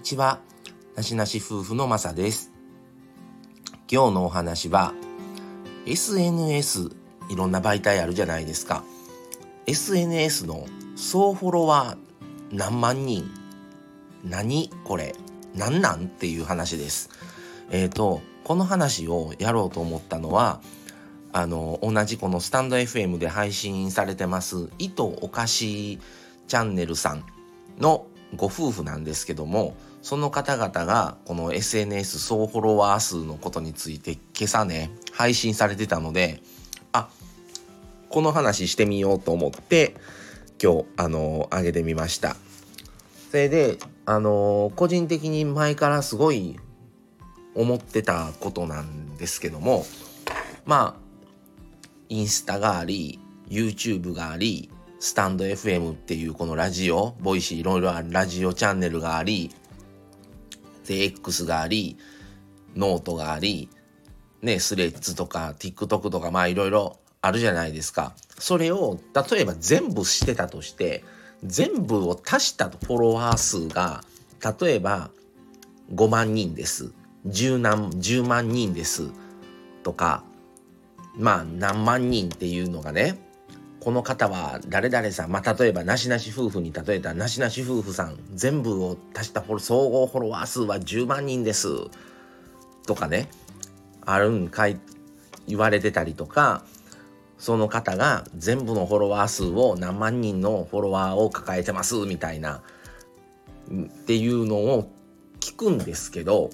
ちは。なしなし夫婦のまさです。今日のお話は SNS、 いろんな媒体あるじゃないですか。 SNS の総フォロワー何万人、何これなんなんっていう話です。この話をやろうと思ったのは同じこのスタンド FM で配信されてますいとおかしチャンネルさんのご夫婦なんですけども、その方々がこの SNS 総フォロワー数のことについて今朝ね配信されてたので、この話してみようと思って今日上げてみました。それで個人的に前からすごい思ってたことなんですけども、インスタがあり YouTube がありスタンド FM っていうこのラジオボイシーいろいろあるラジオチャンネルがありで X がありノートがありね、スレッズとか TikTok とかいろいろあるじゃないですか。それを例えば全部してたとして全部を足したフォロワー数が例えば5万人です、10万人ですとか何万人っていうのがね、この方は誰々さん、例えばなしなし夫婦に例えたなしなし夫婦さん全部を足した総合フォロワー数は10万人ですとかね、言われてたりとか、その方が全部のフォロワー数を何万人のフォロワーを抱えてますみたいなっていうのを聞くんですけど、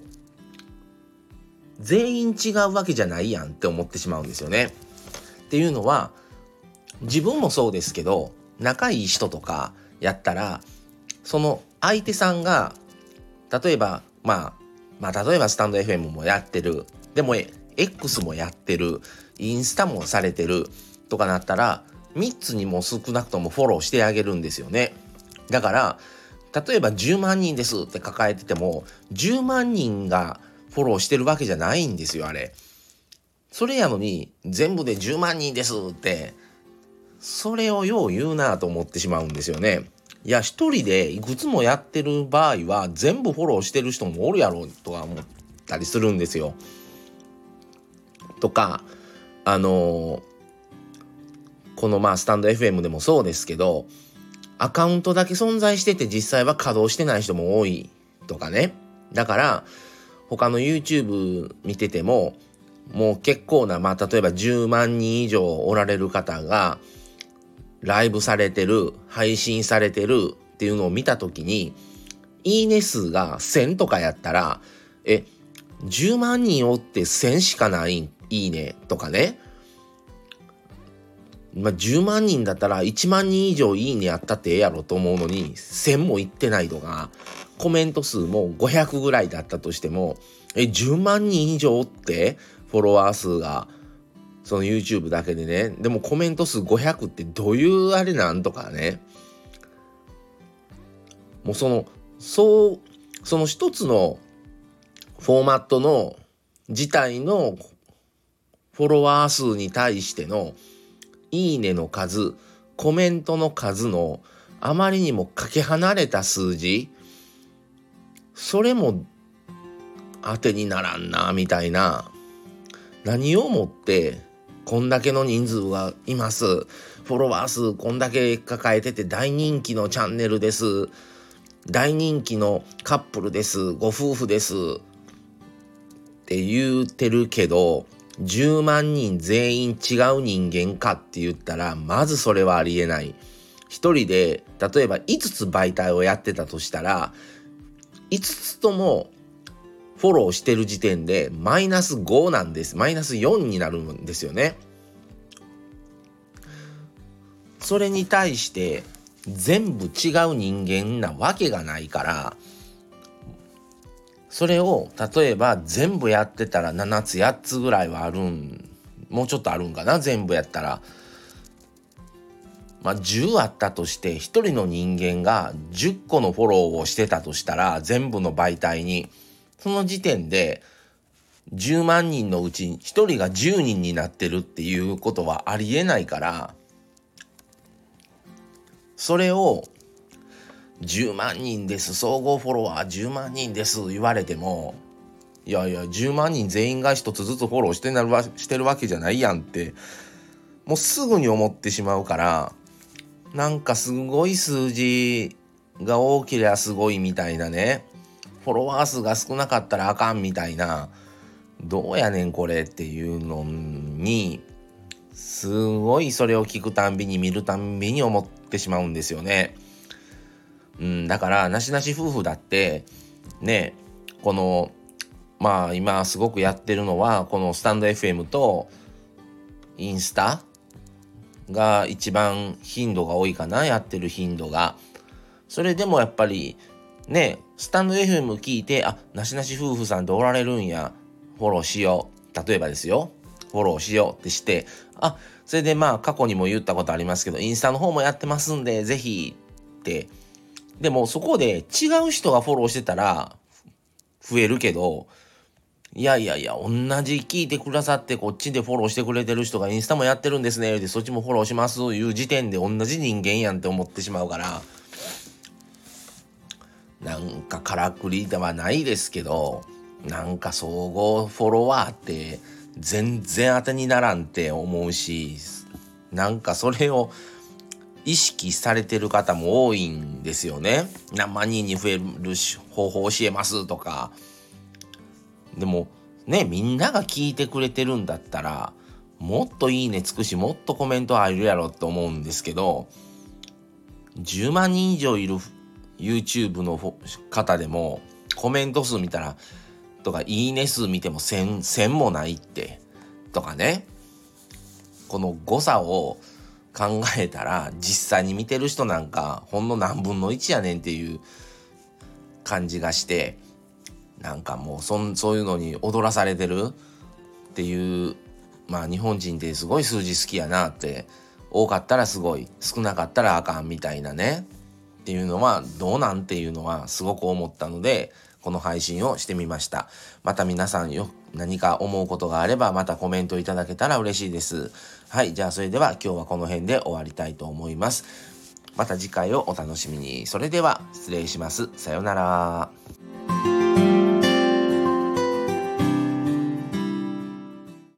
全員違うわけじゃないやんって思ってしまうんですよね。っていうのは自分もそうですけど、仲いい人とかやったらその相手さんが例えば例えばスタンド FM もやってる、でも X もやってる、インスタもされてるとかなったら3つにも少なくともフォローしてあげるんですよね。だから例えば10万人ですって抱えてても10万人がフォローしてるわけじゃないんですよ、あれ。それやのに全部で10万人ですって、それをよう言うなと思ってしまうんですよね。いや、一人でいくつもやってる場合は全部フォローしてる人もおるやろとは思ったりするんですよ。とかこのスタンド FM でもそうですけど、アカウントだけ存在してて実際は稼働してない人も多いとかね。だから他の YouTube 見ててももう結構な例えば10万人以上おられる方がライブされてる、配信されてるっていうのを見たときに、いいね数が1000とかやったら10万人おって1000しかないいいねとかね、10万人だったら1万人以上いいねやったってええやろと思うのに1000もいってないとか、コメント数も500ぐらいだったとしても10万人以上ってフォロワー数がその YouTube だけでね、でもコメント数500ってどういうあれなんとかね、もうその一つのフォーマットの自体のフォロワー数に対してのいいねの数、コメントの数のあまりにもかけ離れた数字、それも当てにならんなみたいな。何をもってこんだけの人数がいます、フォロワー数こんだけ抱えてて大人気のチャンネルです、大人気のカップルです、ご夫婦ですって言ってるけど10万人全員違う人間かって言ったらまずそれはありえない。一人で例えば5つ媒体をやってたとしたら5つともフォローしてる時点でマイナス5なんです。マイナス4になるんですよね。それに対して全部違う人間なわけがないから、それを例えば全部やってたら7つ8つぐらいはもうちょっとあるんかな、全部やったら10あったとして1人の人間が10個のフォローをしてたとしたら全部の媒体に、その時点で10万人のうち1人が10人になってるっていうことはありえないから、それを 10万人です、総合フォロワー10万人です言われても、いやいや10万人全員が一つずつフォローしてるわけじゃないやんってもうすぐに思ってしまうから、なんかすごい数字が多ければすごいみたいなね、フォロワー数が少なかったらあかんみたいな、どうやねんこれっていうのにすごいそれを聞くたんびに見るたんびに思ってしまうんですよね。だからなしなし夫婦だってね、このまあ今すごくやってるのはこのスタンド FM とインスタが一番頻度が多いかな、やってる頻度が。それでもやっぱりね、スタンド FM 聞いて、なしなし夫婦さんでおられるんや、フォローしよう、例えばですよ、フォローしようってして、それでまあ過去にも言ったことありますけど、インスタの方もやってますんでぜひって。でもそこで違う人がフォローしてたら増えるけど、いやいやいや、同じ聞いてくださってこっちでフォローしてくれてる人がインスタもやってるんですねで、そっちもフォローしますいう時点で同じ人間やんって思ってしまうから、なんかからくりではないですけど、なんか総合フォロワーって全然当てにならんって思うし、なんかそれを意識されてる方も多いんですよね。何万人に増える方法教えますとか。でもね、みんなが聞いてくれてるんだったらもっといいねつくし、もっとコメント入るやろって思うんですけど、10万人以上いる YouTube の方でもコメント数見たらとかいいね数見ても1000もないってとかね、この誤差を考えたら実際に見てる人なんかほんの何分の1やねんっていう感じがして、なんかもうそういうのに踊らされてるっていう、まあ日本人ってすごい数字好きやなって、多かったらすごい、少なかったらあかんみたいなねっていうのはどうなんっていうのはすごく思ったので、この配信をしてみました。また皆さん何か思うことがあればまたコメントいただけたら嬉しいです。はい、じゃあそれでは今日はこの辺で終わりたいと思います。また次回をお楽しみに。それでは失礼します。さようなら。